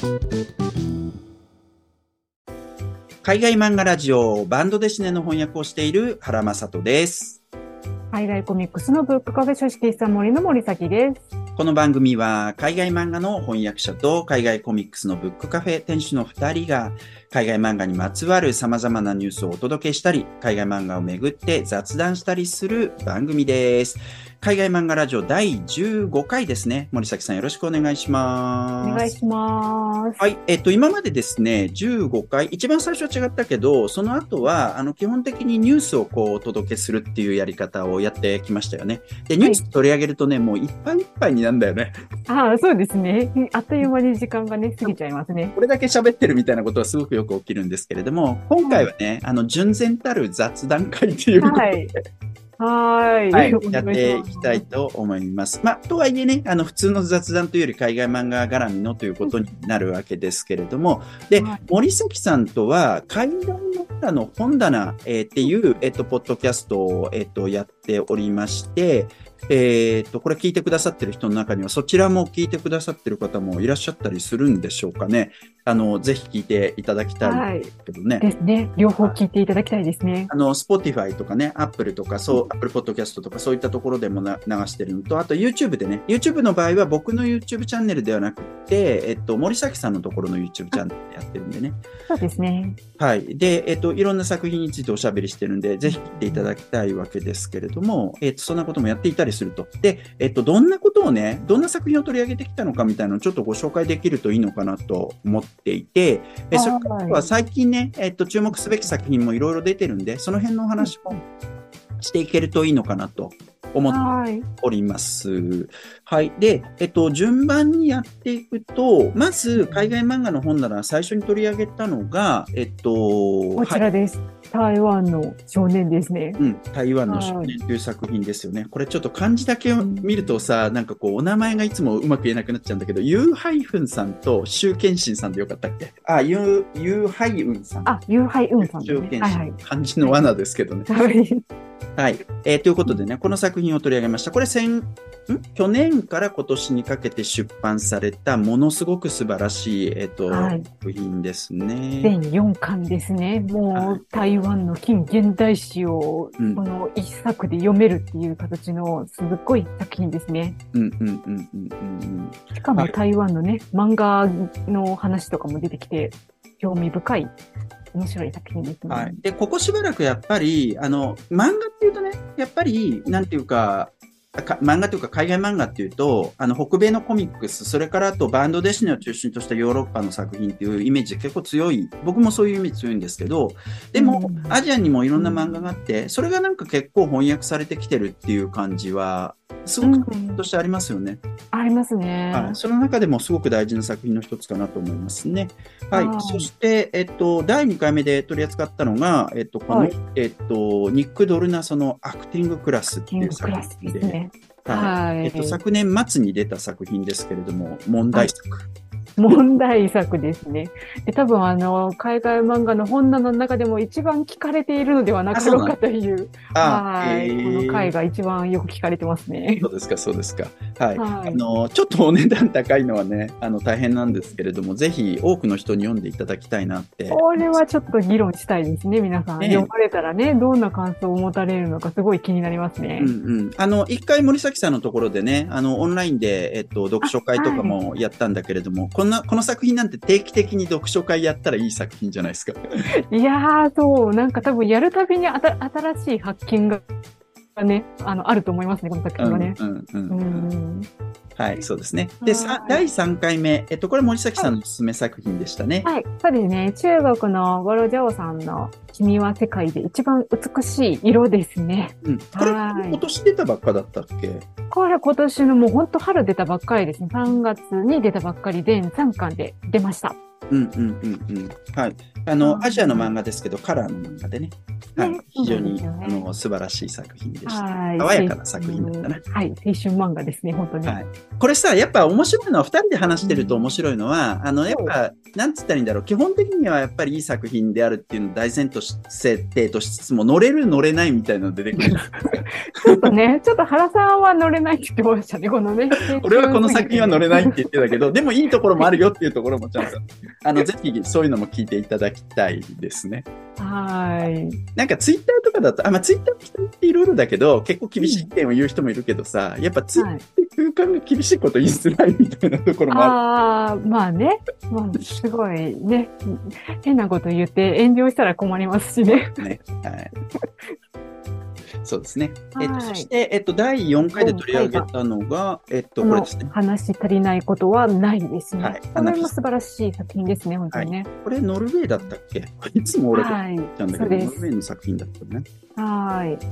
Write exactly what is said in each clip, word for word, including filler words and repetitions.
海外漫画ラジオバンドデシネの翻訳をしている原正人です。 海外コミックスのブックカフェ書式室森の森崎です。 この番組は海外漫画の翻訳者と海外コミックスのブックカフェ店主のふたりが海外漫画にまつわる様々なニュースをお届けしたり、海外漫画をめぐって雑談したりする番組です。海外漫画ラジオだいじゅうごかいですね。森崎さんよろしくお願いします。 お願いします。 はい。えっと、今までですね、じゅうごかい、一番最初は違ったけど、その後は、あの、基本的にニュースをこう、お届けするっていうやり方をやってきましたよね。で、ニュース取り上げるとね、はい、もういっぱいいっぱいになるんだよね。 ああ、そうですね。あっという間に時間がね、過ぎちゃいますね。 これだけ喋ってるみたいなことはすごくよく起きるんですけれども、今回はね、はい、あの、純然たる雑談会っていうことで、はいはい、 はい、やっていきたいと思います。まあ、とはいえね、あの、普通の雑談というより海外漫画絡みのということになるわけですけれども、で、はい、森崎さんとは、海外漫画の本棚、えー、っていう、えっと、ポッドキャストを、えっと、やっておりまして、えっと、これ聞いてくださってる人の中には、そちらも聞いてくださってる方もいらっしゃったりするんでしょうかね。あの、ぜひ聞いていただきたいんですけどね。 はい、ですね。両方聞いていただきたいですね。 あの、Spotify とかね、Apple とか、そう、Apple Podcast とか、そういったところでもな流してるのと、あと YouTube でね、YouTube の場合は僕の YouTube チャンネルではなくて、えっと、森崎さんのところの YouTube チャンネルでやってるんでね。 そうですね。 はい。で、えっと、いろんな作品についておしゃべりしてるんで、ぜひ聞いていただきたいわけですけれども、えっと、そんなこともやっていたりすると。で、えっと、どんなことをね、どんな作品を取り上げてきたのかみたいなのをちょっとご紹介できるといいのかなと思っていて、えそれからは最近ね、えっと、注目すべき作品もいろいろ出てるんで、その辺のお話もしていけるといいのかなと思っております。はい。はい。で、えっと、順番にやっていくと、まず、海外漫画の本なら最初に取り上げたのが、えっと、 こちらです。はい、台湾の少年ですね。 うん、台湾の少年という作品ですよね。これちょっと漢字だけを見るとさ、なんかこう、お名前がいつもうまく言えなくなっちゃうんだけど、ユーハイフンさんとシュウケンシンさんでよかったっけ？あ、ユー、ユーハイウンさん。 あ、ユーハイウンさん、ね。 シュウケンシン。はいはい、漢字の罠ですけどね。 はい。 はい。えー、ということでね、この作品を取り上げました。これ先、ん去年から今年にかけて出版されたものすごく素晴らしい、えっと、はい、作品ですね。 全よんかんですね。もう、はい、台湾の近現代史をこの一作で読めるっていう形のすごい作品ですね。 うんうんうんうんうん。 しかも台湾のね、はい、漫画の話とかも出てきて興味深い。面白い作品ですね。 はい。で、ここしばらくやっぱり、あの、漫画っていうとね、やっぱり、なんていうか、か漫画というか海外漫画っていうと、あの、北米のコミックス、それからあとバンドデシネを中心としたヨーロッパの作品っていうイメージ結構強い。僕もそういうイメージ強いんですけど、でも、うん、アジアにもいろんな漫画があって、それがなんか結構翻訳されてきてるっていう感じは、すごくとしてありますよね。 うん、ありますね。 はい。その中でもすごく大事な作品の一つかなと思いますね。はい。そして、えっと、だいにかいめで取り扱ったのが、えっと、この、はい、えっと、ニック・ドルナソのアクティング・クラスっていう作品で、でね、はい。はい、えっと、昨年末に出た作品ですけれども、問題作。はい、 問題作ですね。で、多分あの、海外漫画の本棚の中でも一番聞かれているのではなかろうかという、はい、この回が一番よく聞かれてますね。 そうですか、そうですか。はい。はい、あの、ちょっとお値段高いのはね、あの、大変なんですけれども、ぜひ多くの人に読んでいただきたいなって。 これはちょっと議論したいですね、皆さん。ね、読まれたらね、どんな感想を持たれるのかすごい気になりますね。 うんうん。あの、一回森崎さんのところでね、あの、オンラインで、えっと、読書会とかもやったんだけれども、こんな、この作品なんて定期的に読書会やったらいい作品じゃないですか。 いやー、そう、なんか多分やるたびにあた新しい発見がね、あの、あると思いますね、この作品はね。 うんうんうんうん、はい、そうですね。で、さだいさんかいめ、えっと、これ森崎さんのおすすめ作品でしたね。 はい、はい、そうですね。中国のゴロジャオさんの君は世界で一番美しい色ですね。 うん。これ、今年出たばっかだったっけ？ これ今年のもう本当春出たばっかりですね。さんがつに出たばっかりで全さんかんで出ました。 うんうんうんうん。はい。 あの、アジアの漫画ですけど、カラーの漫画でね。はい。 ね非常に、 そうなんですよねあの、素晴らしい作品でした。 はい。 爽やかな作品だったな。 はい。青春漫画ですね、本当に。 はい。これさ、やっぱ面白いのは、二人で話してると面白いのは、あの、やっそぱ、なんつったらいいんだろう。基本的にはやっぱりいい作品であるっていうのを大前提とし設定としつつも、乗れる乗れないみたいなの出てくる。 ちょっとね、ちょっと原さんは乗れないって言ってましたね、このね。 俺はこの作品は乗れないって言ってたけど、でもいいところもあるよっていうところもちゃんと、あの、ぜひそういうのも聞いていただきたいですね。 はい。 なんかツイッターとかだと、あ、まあツイッターの人っていろいろだけど、結構厳しい意見を言う人もいるけどさ、やっぱツイッターって空間が厳しいこと言いづらいみたいなところもある。 ああ、まあね。まあ、すごいね。変なこと言って炎上したら困りますしね。 ね。はい。そうですね。 はいえっと、そして、えっと、だいよんかいで取り上げたのが、えっと、これですね。 話し足りないことはないですね。 はいこれも素晴らしい作品ですね、本当にね。 これ、ノルウェーだったっけ？いつも俺がはい。 言ったんだけど、 そうですノルウェーの作品だったね。 はい。 はい。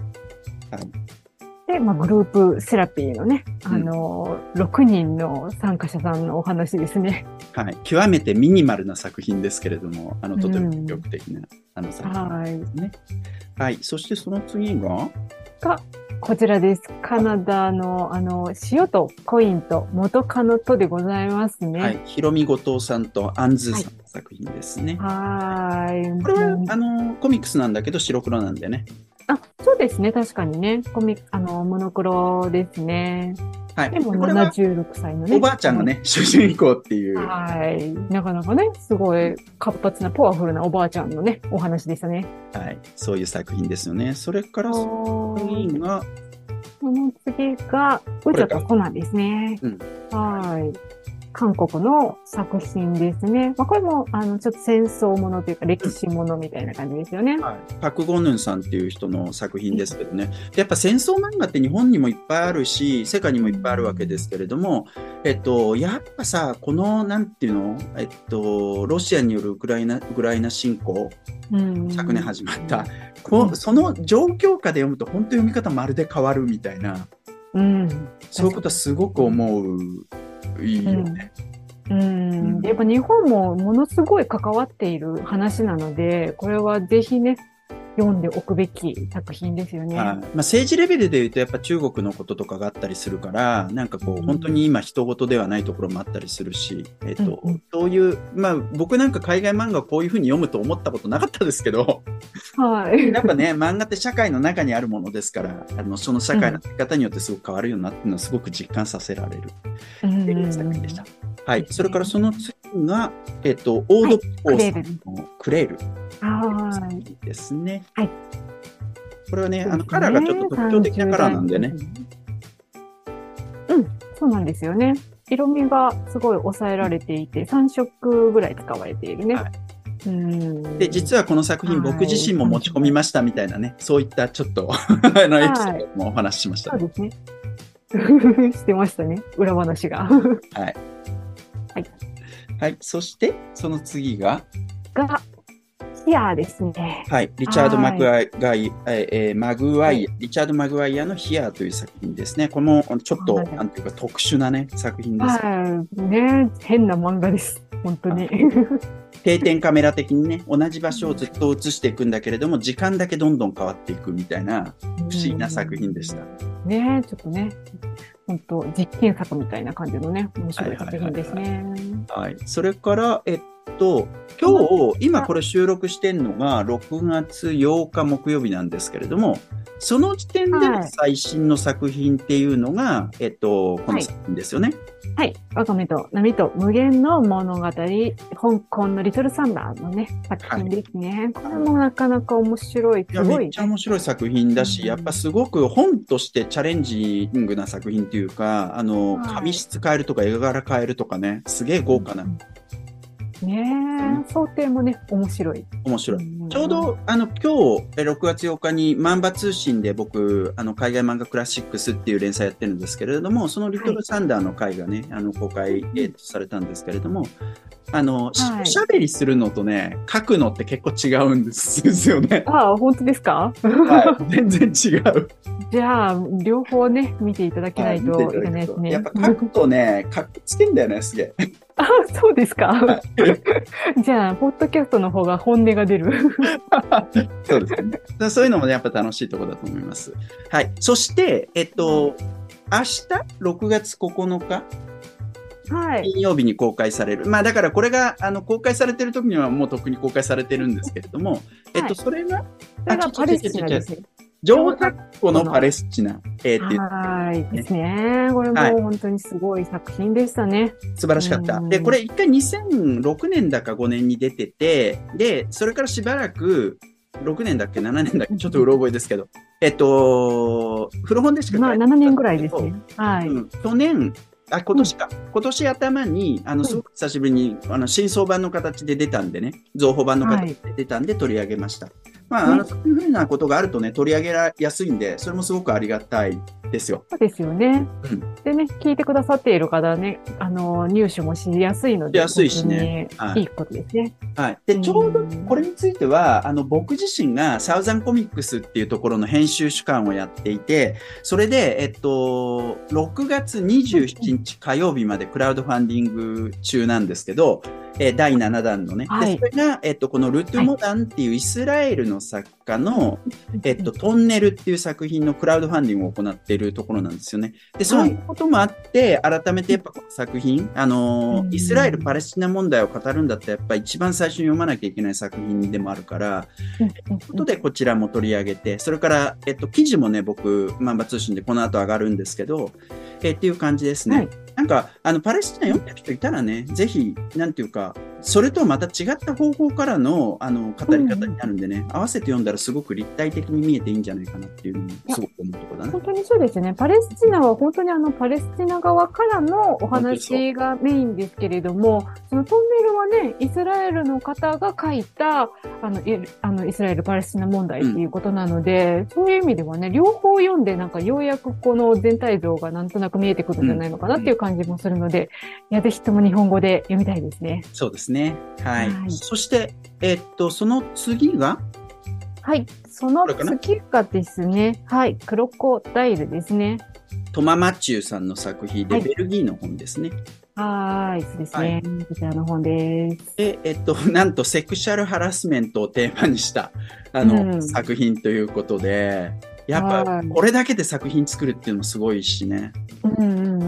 で、まあ、グループセラピーのね、あの、ろくにんの参加者さんのお話ですね。 はい。極めてミニマルな作品ですけれども、あの、とても魅力的な、あの作品ですね。はい。そしてその次がが、こちらです。カナダの、あの、塩とコインと元カノとでございますね。 はい。ひろみごとうさんとアンズーさんの作品ですね。 はい。 これは、あの、コミックスなんだけど白黒なんでね。 あ、そうですね。確かにね。コミあの、モノクロですね。 はい。 でもななじゅうろくさいのね。 おばあちゃんがね、主人公っていう。 はい。なかなかね、すごい活発なパワフルなおばあちゃんのね、お話でしたね。 はい。そういう作品ですよね。それから、その次が、 その次が、ウチョとコナですね。 うん。 はい。韓国の作品ですね。まあ、これも、あの、ちょっと戦争ものというか、歴史ものみたいな感じですよね。 はい。パク・ゴヌンさんっていう人の作品ですけどね。やっぱ戦争漫画って日本にもいっぱいあるし、世界にもいっぱいあるわけですけれども、えっと、やっぱさ、この、なんていうのえっと、ロシアによるウクライナ、ウクライナ侵攻、うん、昨年始まった。こうその状況下で読むと、本当読み方まるで変わるみたいな。うん。そういうことはすごく思う。いいよね。 うん。うん、やっぱ日本もものすごい関わっている話なので、これはぜひね、読んでおくべき作品ですよね。 はい。まあ、政治レベルで言うとやっぱ中国のこととかがあったりするから、なんかこう、本当に今人事ではないところもあったりするし、えっと、うんうん、そういう、まあ僕なんか海外漫画をこういうふうに読むと思ったことなかったですけど、はい。やっぱね、漫画って社会の中にあるものですから、あの、その社会の見方によってすごく変わるようになっていうのはすごく実感させられる、うん、っていう作品でした。はい。それからその次が、えっと、オードポーさんのクレール。はい。ですね。はい。これはね、あの、カラーがちょっと特徴的なカラーなんでね。 うん、そうなんですよね。色味がすごい抑えられていて、さん色ぐらい使われているね。はい、 うんで、実はこの作品、僕自身も持ち込みましたみたいなね、そういったちょっと、あの、エピソードもお話ししました、 ね。そうですね。してましたね。裏話が。はい。 はい。はい。そして、その次がが、ヒアですね。 はい。リチャード・マグワイ、えー、マグワイア、はい、リチャード・マグワイアのヒアという作品ですね。これもちょっと、はい、なんていうか特殊なね、作品です。 はい。ね、変な漫画です。本当に。 定点カメラ的にね、同じ場所をずっと映していくんだけれども、時間だけどんどん変わっていくみたいな、不思議な作品でした。 ね、ちょっとね、本当実験作みたいな感じのね、面白い作品ですね。 はい。それから、えっと、今日、今これ収録してるのがろくがつようか木曜日なんですけれども、その時点で最新の作品っていうのが、はい、えっと、この作品ですよね。 はい。わかめと波と無限の物語、香港のリトルサンダーのね、作品ですね。はい、これもなかなか面白い。 すごい。いや、めっちゃ面白い作品だし、うん、やっぱすごく本としてチャレンジングな作品っていうか、あの、はい、紙質変えるとか絵柄変えるとかね、すげえ豪華な。うんねえ、想定もね、面白い。 面白い。ちょうど、あの、今日、ろくがつようかに、漫画通信で僕、あの、海外漫画クラシックスっていう連載やってるんですけれども、そのリトルサンダーの回がね、はい、あの、公開、えー、とされたんですけれども、あの、はい、おしゃべりするのとね、書くのって結構違うんですよね。 ああ、本当ですか？ はい、全然違う。 じゃあ、両方ね、見ていただけないといけないですね。 やっぱ書くとね、かっこつけんだよね、すげえ。 あ、そうですか。 はい、 じゃあ、ポッドキャストの方が本音が出る。 そうですね。そういうのも、ね、やっぱ楽しいところだと思います。はい。そして、えっと、明日、ろくがつここのか、はい、金曜日に公開される。まあだからこれがあの公開されてる時にはもうとっくに公開されてるんですけれども、はい、えっとそれが、 それがパレスチナですね。 上達湖のパレスチナ。 えー、ってはいですね。これも本当にすごい作品でしたね。はい、 素晴らしかった。で、これ一回にせんろくねんだかごねんに出てて、で、それからしばらく、ろくねんだっけななねんだっけちょっとうろ覚えですけど、えっと、古本でしかまあななねんぐらいですね。はい。 うん、去年、あ、今年か。うん、今年頭に、あの、すごく久しぶりに、あの、新装版の形で出たんでね、増補版の形で出たんで取り上げました。はい、まあ、あの、そういうふうなことがあるとね、取り上げやすいんで、それもすごくありがたいですよ。 そうですよね。うん、でね、聞いてくださっている方はね、あの、入手もしやすいので、 安いしね。 はい、いいことですね。 はい。で、ちょうどこれについては、あの、僕自身がサウザンコミックスっていうところの編集主幹をやっていて、それで、えっと、ろくがつにじゅうしちにち火曜日までクラウドファンディング中なんですけど、えー、だいななだんのね。はい、で、それが、えっと、このルトゥモダンっていうイスラエルの作家の、はい、えっと、トンネルっていう作品のクラウドファンディングを行っているところなんですよね。で、そういうこともあって、改めてやっぱこの作品、あの、イスラエル・パレスチナ問題を語るんだったら、やっぱり一番最初に読まなきゃいけない作品でもあるから、ということでこちらも取り上げて、それから、えっと、記事もね、僕、マンバ通信でこの後上がるんですけど、えー、っていう感じですね。はい、なんか、あの、パレスチナ読んでる人いたらね、ぜひ、なんていうか、それとはまた違った方法からの、あの、語り方になるんでね、うん、合わせて読んだらすごく立体的に見えていいんじゃないかなっていうのも、すごく思うところだな。 本当にそうですね。パレスチナは本当にあの、パレスチナ側からのお話がメインですけれども、そのトンネルはね、イスラエルの方が書いた、あの、いあのイスラエル・パレスチナ問題っていうことなので、うん、そういう意味ではね、両方読んで、なんかようやくこの全体像がなんとなく見えてくるんじゃないのかなっていう感じもするので、いや、ぜひとも日本語で読みたいですね。 そうですね。はい。はい、そして、えー、っと、その次がはい。その次がですね、はい。クロコダイルですね。 トマ・マチューさんの作品で、はい、ベルギーの本ですね。 はい。そうですね。はい、こちらの本です。 で、えっと、なんとセクシャルハラスメントをテーマにした、あの、うん、作品ということで、やっぱ、これだけで作品作るっていうのもすごいしね。 うんうんうんうん。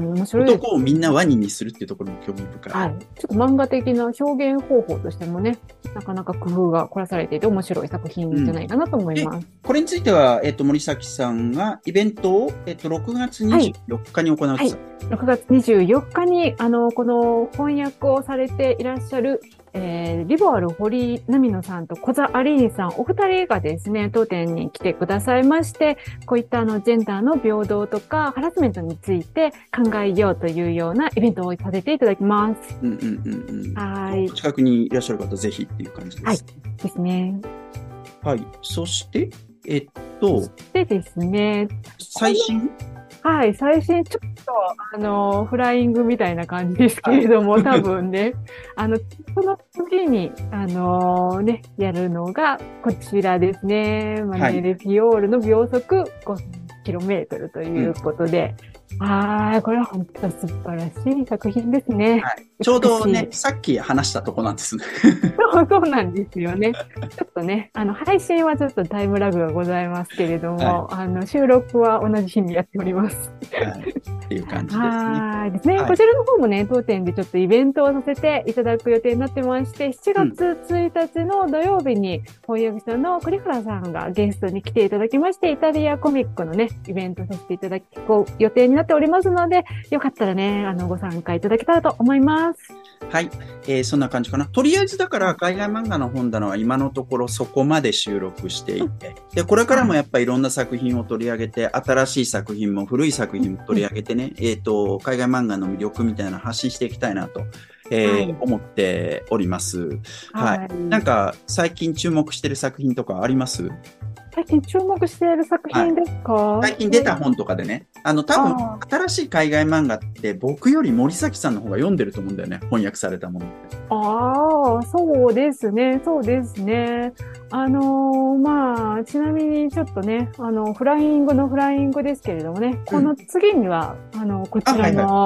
面白い。 男をみんなワニにするっていうところも興味深い。 はい。ちょっと漫画的な表現方法としてもね、なかなか工夫が凝らされていて面白い作品じゃないかなと思います。うん、 これについては、えっと、森崎さんがイベントを、えっと、ろくがつにじゅうよっかに行う、はいはい、 ろくがつにじゅうよっかに、あの、この翻訳をされていらっしゃる、えー、リボアル堀波野さんと小座アリーニさん、お二人がですね、当店に来てくださいまして、こういったあの、ジェンダーの平等とか、ハラスメントについて考えようというようなイベントをさせていただきます。 うんうんうんうん。 はい。 近くにいらっしゃる方、ぜひっていう感じです。 はい。ですね。 はい。そして、えっと。そしてですね。 最新はい、最新ちょっと、あの、フライングみたいな感じですけれども、はい、多分ね、あの、その次に、あのー、ね、やるのが、こちらですね。マネーレピオールの秒速ごキロメートルということで、うん、はい、これは本当素晴らしい作品ですね。 はい、ちょうどね、さっき話したとこなんですね。 そう、そうなんですよね。ちょっとね、あの、配信はちょっとタイムラグがございますけれども、はい、あの、収録は同じ日にやっております。 はい。っていう感じですね。 はいですね、はい。こちらの方もね、当店でちょっとイベントをさせていただく予定になってまして、しちがつついたちの土曜日に翻訳者の栗原さんがゲストに来ていただきまして、イタリアコミックのね、イベントさせていただく予定になっておりますので、よかったらね、あの、ご参加いただけたらと思います。 はい。えー、そんな感じかな。とりあえずだから海外漫画の本棚は今のところそこまで収録していて、で、これからもやっぱりいろんな作品を取り上げて、新しい作品も古い作品も取り上げてね、えっと、海外漫画の魅力みたいなの発信していきたいなと、えーはい、思っております。はい。はい、なんか最近注目してる作品とかあります？ 最近注目している作品ですか？ はい、最近出た本とかでね。あの、多分、新しい海外漫画って僕より森崎さんの方が読んでると思うんだよね。翻訳されたものって。 ああ、そうですね。そうですね。あのー、まあ、ちなみにちょっとね、あの、フライングのフライングですけれどもね、うん、この次には、あの、こちらの、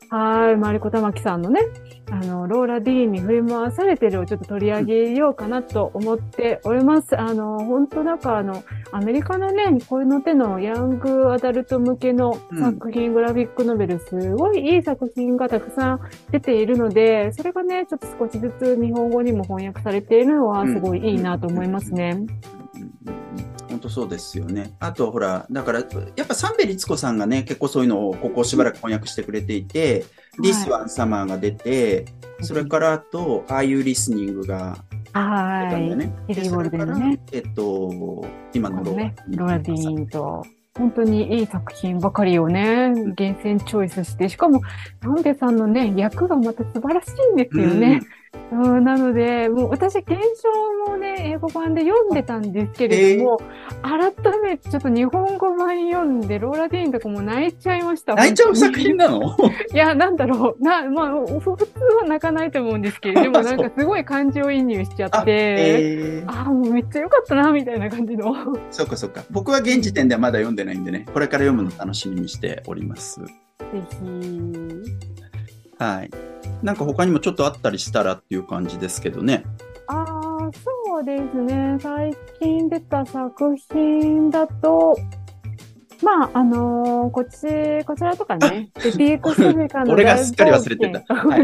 はい、マリコ玉木さんのね、あの、ローラ・ディーンに振り回されてるをちょっと取り上げようかなと思っております。あの、本当なんかあの、アメリカのね、こういうの手のヤングアダルト向けの作品、うん、グラフィックノベル、すごいいい作品がたくさん出ているので、それがね、ちょっと少しずつ日本語にも翻訳されているのはすごいいいなと思いますね。 本当そうですよね。あとほら、だからやっぱ三瓶律子さんがね、結構そういうのをここしばらく翻訳してくれていて、はい、This One Summer が出て、それからあと Are You Listening が出たんだよね。 はい、 でそれから、ね、えっと今のローラ、 ね、ローラディーンと。本当にいい作品ばかりをね、厳選チョイスして、しかも、三瓶さんのね、役がまた素晴らしいんですよね。うんうん、なので、もう私、原書もね、英語版で読んでたんですけれども、えー、改めてちょっと日本語版読んで、ローラディーンとかも泣いちゃいました。 泣いちゃう作品なのいや、なんだろう。な、まあ、普通は泣かないと思うんですけど、でもなんかすごい感情移入しちゃって、あ、えー、あ、もうめっちゃ良かったな、みたいな感じの。 そっかそっか。僕は現時点ではまだ読んでないんでね、これから読むの楽しみにしております。ぜひ。 はい。なんか他にもちょっとあったりしたらっていう感じですけどね。 ああ、そうですね。最近出た作品だと、まあ、あのー、こっち、こちらとかね、ディーエックス フィカの俺がすっかり忘れてた。はい、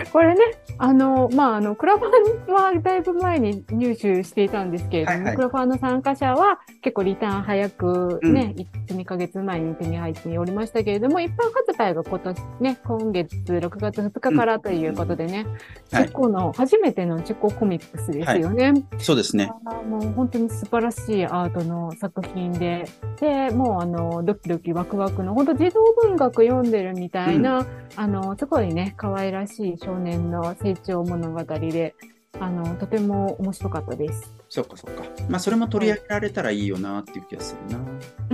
これね、あの、まあ、あの、クラファンはだいぶ前に入手していたんですけれども、はいはい、クラファンの参加者は結構リターン早くね、うん、いち、にかげつまえに手に入っておりましたけれども、一般発売が今年ね、今月ろくがつふつかからということでね、うん、チェコの、はい、初めてのチェココミックスですよね。はい、 そうですね。 もう本当に素晴らしいアートの作品で、で、もうあの、ドキドキワクワクの、本当児童文学読んでるみたいな、うん、あの、すごいね、可愛らしい少年の成長物語で、あの、とても面白かったです。 そっかそっか。まあ、それも取り上げられたらいいよなっていう気がするな。 うん、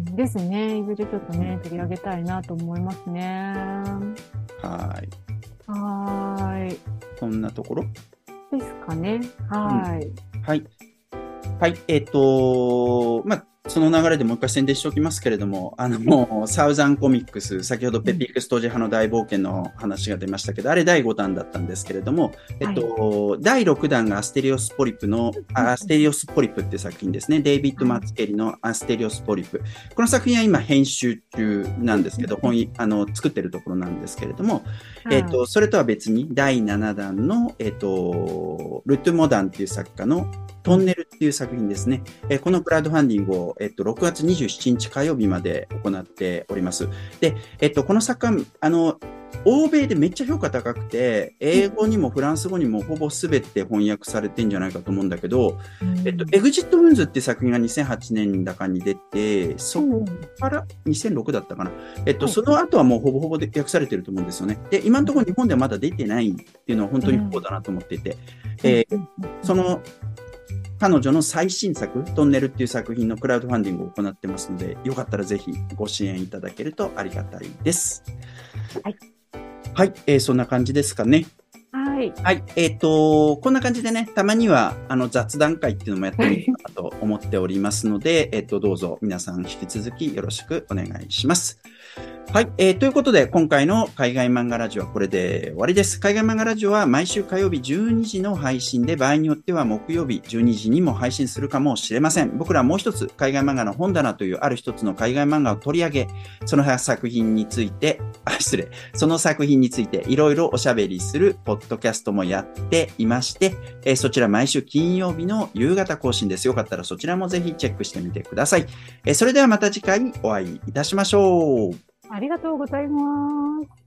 ですね。いずれちょっとね、取り上げたいなと思いますね。 はい。 はい。 そんなところですかね。はい。 うん、はい。はい。えっと、まあ、その流れでもう一回宣伝しておきますけれども、あの、もう、サウザンコミックス、先ほどペピックス当時派の大冒険の話が出ましたけど、あれだいごだんだったんですけれども、えっと、はい、だいろくだんがアステリオスポリプの、アステリオスポリプっていう作品ですね。デイビッド・マッツケリのアステリオスポリプ。この作品は今編集中なんですけど、本あの、作ってるところなんですけれども、はい、えっと、それとは別にだいななだんの、えっと、ルトゥ・モダンっていう作家のトンネルっていう作品ですね。えー、このクラウドファンディングを、えっと、ろくがつにじゅうしちにち火曜日まで行っております。で、えっと、この作家、あの、欧米でめっちゃ評価高くて、英語にもフランス語にもほぼ全て翻訳されてんじゃないかと思うんだけど、うん、えっと、エグジット・ウンズっていう作品がにせんはちねんだかに出て、そこからにせんろくだったかな。えっと、その後はもうほぼほぼで訳されてると思うんですよね。で、今のところ日本ではまだ出てないっていうのは本当に不幸だなと思っていて、うん、えー、その、彼女の最新作、トンネルっていう作品のクラウドファンディングを行ってますので、よかったらぜひご支援いただけるとありがたいです。はい。はい、えー、そんな感じですかね。 はい。 はい。えっと、こんな感じでね、たまにはあの雑談会っていうのもやってみようかなと思っておりますので、えっと、どうぞ皆さん引き続きよろしくお願いします。はい、えー。ということで、今回の海外漫画ラジオはこれで終わりです。海外漫画ラジオは毎週火曜日じゅうにじの配信で、場合によっては木曜日じゅうにじにも配信するかもしれません。僕らもう一つ、海外漫画の本棚というある一つの海外漫画を取り上げ、その作品について、あ、失礼、その作品についていろいろおしゃべりするポッドキャストもやっていまして、えー、そちら毎週金曜日の夕方更新です。よかったらそちらもぜひチェックしてみてください。えー、それではまた次回お会いいたしましょう。 ありがとうございます。